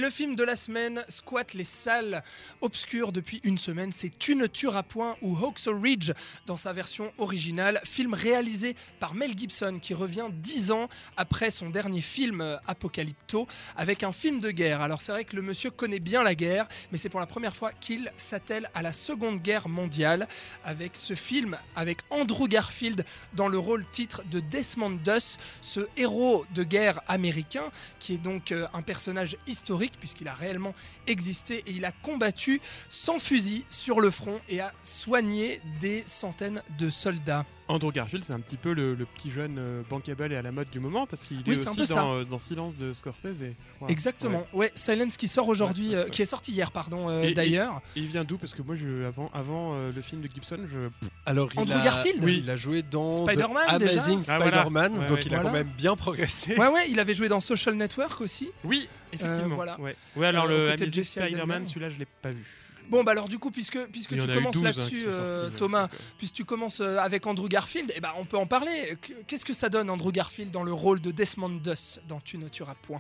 le film de la semaine squatte les salles obscures depuis une semaine. C'est Tu ne tueras point ou Hacksaw Ridge dans sa version originale. Film réalisé par Mel Gibson qui revient 10 ans après son dernier film Apocalypto avec un film de guerre. Alors c'est vrai que le monsieur connaît bien la guerre, mais c'est pour la première fois qu'il s'attelle à la Seconde Guerre mondiale avec ce film avec Andrew Garfield dans le rôle titre de Desmond Doss, ce héros de guerre américain qui est donc un personnage historique puisqu'il a réellement existé et il a combattu sans fusil sur le front et a soigné des centaines de soldats. Andrew Garfield, c'est un petit peu le petit jeune bankable et à la mode du moment parce qu'il Oui, est c'est aussi dans Silence de Scorsese. Exactement, ouais, Silence qui sort aujourd'hui, qui est sorti hier, d'ailleurs. Et il vient d'où? Parce que moi, avant le film de Gibson, Alors, Andrew Garfield, il a joué dans Spider-Man, Amazing déjà. Spider-Man, Ouais, donc ouais, il a quand même bien progressé. Ouais, il avait joué dans Social Network aussi. Oui, effectivement. Voilà. Ouais, alors Aux le côtés de Amazing Jesse Spider-Man, Eisenberg. celui-là, je l'ai pas vu. Bon, bah alors du coup, puisque Il y tu en a eu commences 12, là-dessus, qui sont sortis, Thomas, donc, puisque tu commences avec Andrew Garfield, on peut en parler. Qu'est-ce que ça donne, Andrew Garfield, dans le rôle de Desmond Doss dans Tu ne tueras point?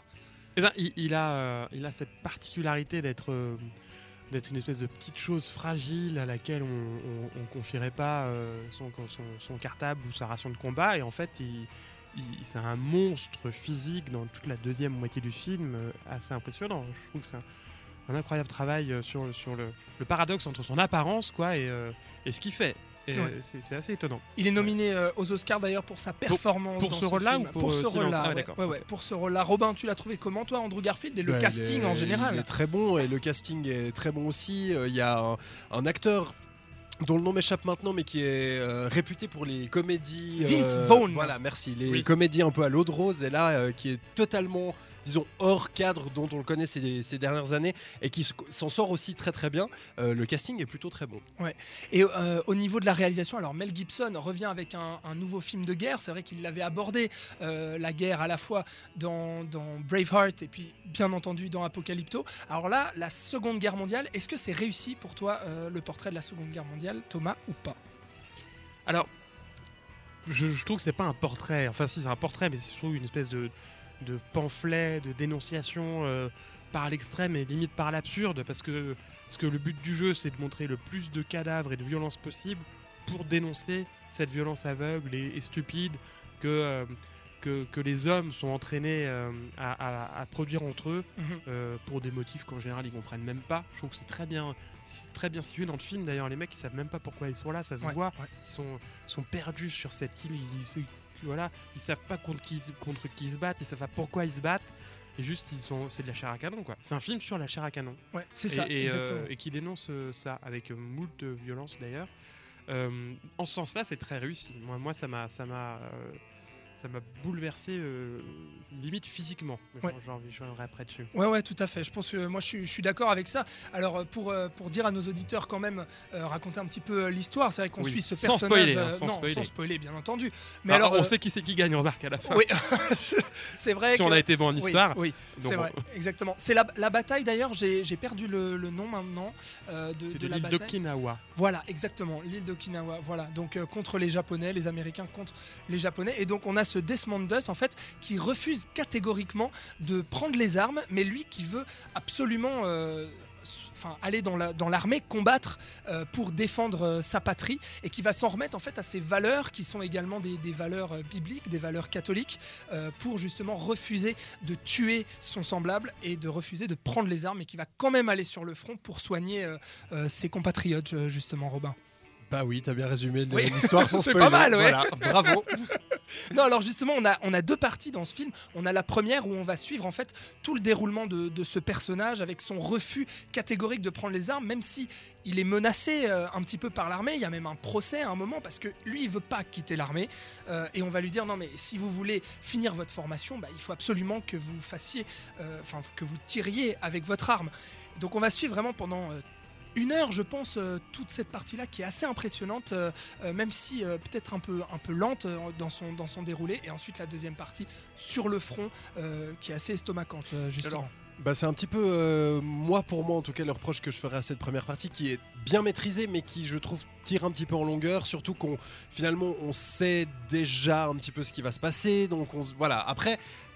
Il a cette particularité d'être une espèce de petite chose fragile à laquelle on confierait pas son cartable ou sa ration de combat, et en fait c'est un monstre physique dans toute la deuxième moitié du film, assez impressionnant. Je trouve que c'est un incroyable travail sur le paradoxe entre son apparence et ce qu'il fait. Et c'est assez étonnant. Il est nominé aux Oscars d'ailleurs pour sa performance pour dans ce rôle-là film. ou pour ce Silence? rôle-là, Ah, d'accord. ouais, pour ce rôle-là. Robin, tu l'as trouvé comment toi, Andrew Garfield, et le casting en général? Il est très bon et le casting est très bon aussi. Il y a un acteur dont le nom m'échappe maintenant, mais qui est réputé pour les comédies. Vince Vaughn. Voilà, merci. Les comédies un peu à l'eau de rose, et là, qui est totalement, disons, hors cadre dont on le connaît ces dernières années, et qui s'en sort aussi très très bien. Le casting est plutôt très bon. Ouais. Et au niveau de la réalisation, alors Mel Gibson revient avec un nouveau film de guerre. C'est vrai qu'il l'avait abordé, la guerre à la fois dans Braveheart et puis bien entendu dans Apocalypto. Alors là, la Seconde Guerre mondiale, est-ce que c'est réussi pour toi, le portrait de la Seconde Guerre mondiale, Thomas, ou pas? Alors, je trouve que c'est pas un portrait. Enfin, si, c'est un portrait, mais c'est surtout une espèce de pamphlet, de dénonciation par l'extrême et limite par l'absurde, parce que le but du jeu, c'est de montrer le plus de cadavres et de violence possible pour dénoncer cette violence aveugle et stupide que les hommes sont entraînés à produire entre eux, pour des motifs qu'en général ils comprennent même pas. Je trouve que c'est très bien situé dans le film. D'ailleurs, les mecs, ils savent même pas pourquoi ils sont là, ça se voit. Ils sont perdus sur cette île. Ils savent pas contre qui ils se battent, ils savent pas pourquoi ils se battent, et juste c'est de la chair à canon, quoi. C'est un film sur la chair à canon. Ouais, c'est ça, exactement. Et qui dénonce ça avec moult de violence d'ailleurs. En ce sens-là, c'est très réussi. Moi, ça m'a bouleversé, limite physiquement. J'en reviendrai après dessus. Ouais, tout à fait. Je pense que moi, je suis d'accord avec ça. Alors, pour dire à nos auditeurs quand même, raconter un petit peu l'histoire, c'est vrai qu'on suit ce personnage. Sans spoiler, bien entendu. Mais alors, on sait qui c'est qui gagne, remarque, à la fin. Oui, c'est vrai. Si on a été bon en histoire. Oui, c'est vrai, exactement. C'est la bataille d'ailleurs, j'ai perdu le nom maintenant de la l'île bataille. d'Okinawa. Voilà, exactement, l'île d'Okinawa. Voilà, donc contre les Japonais, les Américains contre les Japonais. Et donc, on a ce Desmond Doss en fait qui refuse catégoriquement de prendre les armes, mais lui qui veut absolument aller dans l'armée, combattre pour défendre sa patrie, et qui va s'en remettre en fait à ses valeurs qui sont également des valeurs bibliques, des valeurs catholiques, pour justement refuser de tuer son semblable et de refuser de prendre les armes, et qui va quand même aller sur le front pour soigner ses compatriotes, justement, Robin. Bah oui, t'as bien résumé l'histoire sans c'est spoiler. pas mal, ouais. Voilà, bravo. Non, alors justement, on a deux parties dans ce film. On a la première où on va suivre en fait tout le déroulement de ce personnage avec son refus catégorique de prendre les armes, même si il est menacé un petit peu par l'armée. Il y a même un procès à un moment parce que lui, il veut pas quitter l'armée, et on va lui dire non, mais si vous voulez finir votre formation, il faut absolument que vous fassiez, que vous tiriez avec votre arme. Donc on va suivre vraiment pendant 1 heure, je pense, toute cette partie-là qui est assez impressionnante, même si peut-être un peu lente dans son déroulé. Et ensuite la deuxième partie sur le front, qui est assez estomacante, justement. C'est un petit peu, pour moi en tout cas, le reproche que je ferais à cette première partie, qui est bien maîtrisée, mais qui, je trouve, tire un petit peu en longueur, surtout qu'on sait déjà un petit peu ce qui va se passer. Donc voilà. Après,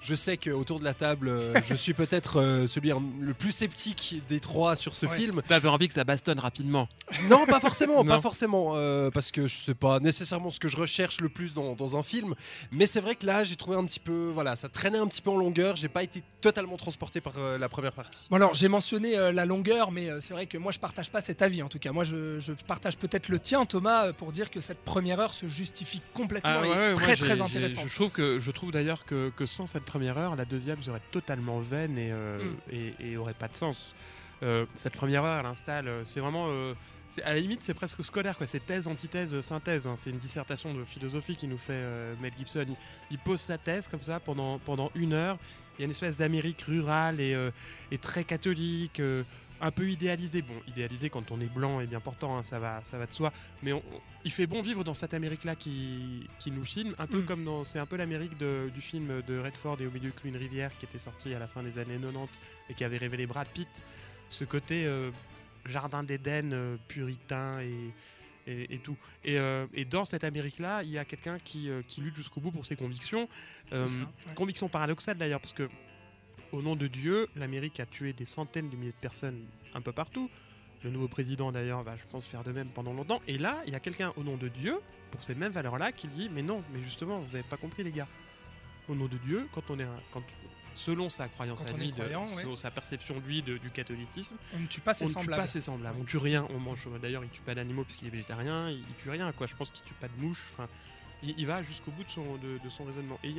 Je sais qu'autour de la table, je suis peut-être celui le plus sceptique des trois sur ce film. T'avais envie que ça bastonne rapidement. Non, pas forcément, Non. parce que c'est pas nécessairement ce que je recherche le plus dans un film. Mais c'est vrai que là, j'ai trouvé un petit peu, voilà, ça traînait un petit peu en longueur. J'ai pas été totalement transporté par la première partie. Bon alors j'ai mentionné la longueur, mais c'est vrai que moi je partage pas cet avis en tout cas. Moi je partage peut-être le tien Thomas pour dire que cette première heure se justifie complètement et est très très intéressante. Je trouve d'ailleurs que sans cette première heure, la deuxième serait totalement vaine et aurait pas de sens. Cette première heure, elle installe, c'est vraiment... à la limite, c'est presque scolaire, quoi. C'est thèse, antithèse, synthèse. Hein. C'est une dissertation de philosophie qui nous fait Mel Gibson. Il pose sa thèse comme ça pendant 1 heure. Il y a une espèce d'Amérique rurale et très catholique, un peu idéalisée. Bon, idéalisée quand on est blanc est bien portant, hein, ça va de soi. Mais il fait bon vivre dans cette Amérique-là qui nous filme, un peu comme c'est un peu l'Amérique du film de Redford et Au milieu qu'une rivière qui était sorti à la fin des années 90 et qui avait révélé Brad Pitt. Ce côté jardin d'Éden puritain et tout. Et dans cette Amérique-là, il y a quelqu'un qui lutte jusqu'au bout pour ses convictions. Convictions paradoxales d'ailleurs, parce que au nom de Dieu, l'Amérique a tué des centaines de milliers de personnes un peu partout. Le nouveau président d'ailleurs va, je pense, faire de même pendant longtemps. Et là, il y a quelqu'un au nom de Dieu, pour ces mêmes valeurs-là, qui dit mais non, mais justement, vous n'avez pas compris les gars. Au nom de Dieu, selon sa croyance à lui, selon sa perception de lui du catholicisme, on ne tue pas ses semblables. On tue rien, on mange. D'ailleurs, il tue pas d'animaux puisqu'il est végétarien, il tue rien, quoi. Je pense qu'il tue pas de mouches. Enfin, il va jusqu'au bout de son raisonnement. Et il y a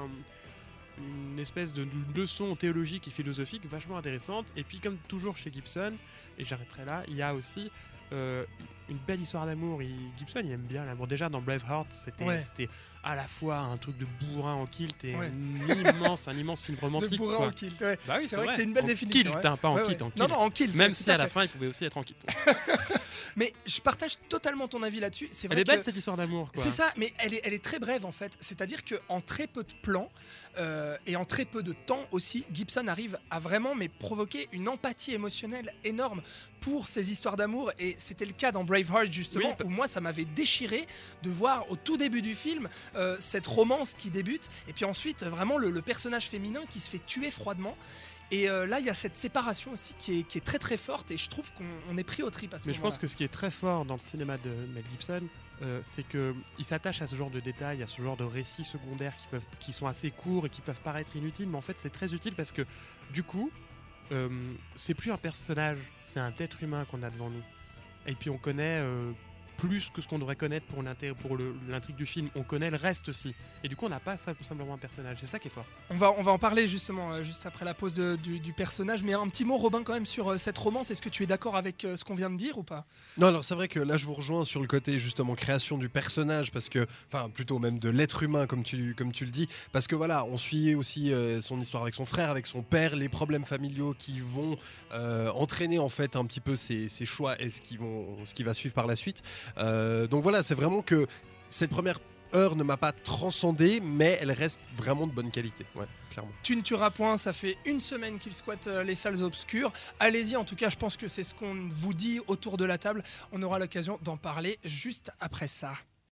une espèce de leçon théologique et philosophique vachement intéressante. Et puis, comme toujours chez Gibson, et j'arrêterai là, il y a aussi une belle histoire d'amour. Gibson, il aime bien l'amour. Déjà, dans Braveheart, c'était à la fois un truc de bourrin en kilt et un immense film romantique. De bourrin quoi. en kilt, ouais. Bah oui, c'est vrai que c'est une belle définition. Kilt, hein, pas en kilt, en kilt. Non, en kilt. Même si à la fin, il pouvait aussi être en kilt. Mais je partage totalement ton avis là-dessus. C'est vrai elle est belle cette histoire d'amour, quoi. C'est ça, mais elle est très brève en fait. C'est-à-dire qu'en très peu de plans et en très peu de temps aussi, Gibson arrive à vraiment provoquer une empathie émotionnelle énorme pour ces histoires d'amour. Et c'était le cas dans Braveheart justement, où moi ça m'avait déchiré de voir au tout début du film cette romance qui débute, et puis ensuite vraiment le personnage féminin qui se fait tuer froidement. Et là, il y a cette séparation aussi qui est très très forte, et je trouve qu'on est pris au trip à ce moment-là. Mais je pense que ce qui est très fort dans le cinéma de Mel Gibson, c'est qu'il s'attache à ce genre de détails, à ce genre de récits secondaires qui sont assez courts et qui peuvent paraître inutiles, mais en fait c'est très utile parce que du coup, c'est plus un personnage, c'est un être humain qu'on a devant nous. Et puis on connaît plus que ce qu'on devrait connaître pour l'intrigue du film. On connaît le reste aussi. Et du coup, on n'a pas simplement un personnage. C'est ça qui est fort. On va en parler justement juste après la pause du personnage. Mais un petit mot, Robin, quand même, sur cette romance. Est-ce que tu es d'accord avec ce qu'on vient de dire ou pas ? Non, alors c'est vrai que là, je vous rejoins sur le côté justement création du personnage, parce que, enfin, plutôt même de l'être humain, comme tu le dis. Parce que voilà, on suit aussi son histoire avec son frère, avec son père, les problèmes familiaux qui vont entraîner en fait un petit peu ses choix et ce qui va suivre par la suite. Donc voilà, c'est vraiment que cette première heure ne m'a pas transcendé, mais elle reste vraiment de bonne qualité, ouais, clairement. Tu ne tueras point, ça fait 1 semaine qu'il squatte les salles obscures. Allez-y, en tout cas, je pense que c'est ce qu'on vous dit autour de la table. On aura l'occasion d'en parler juste après ça.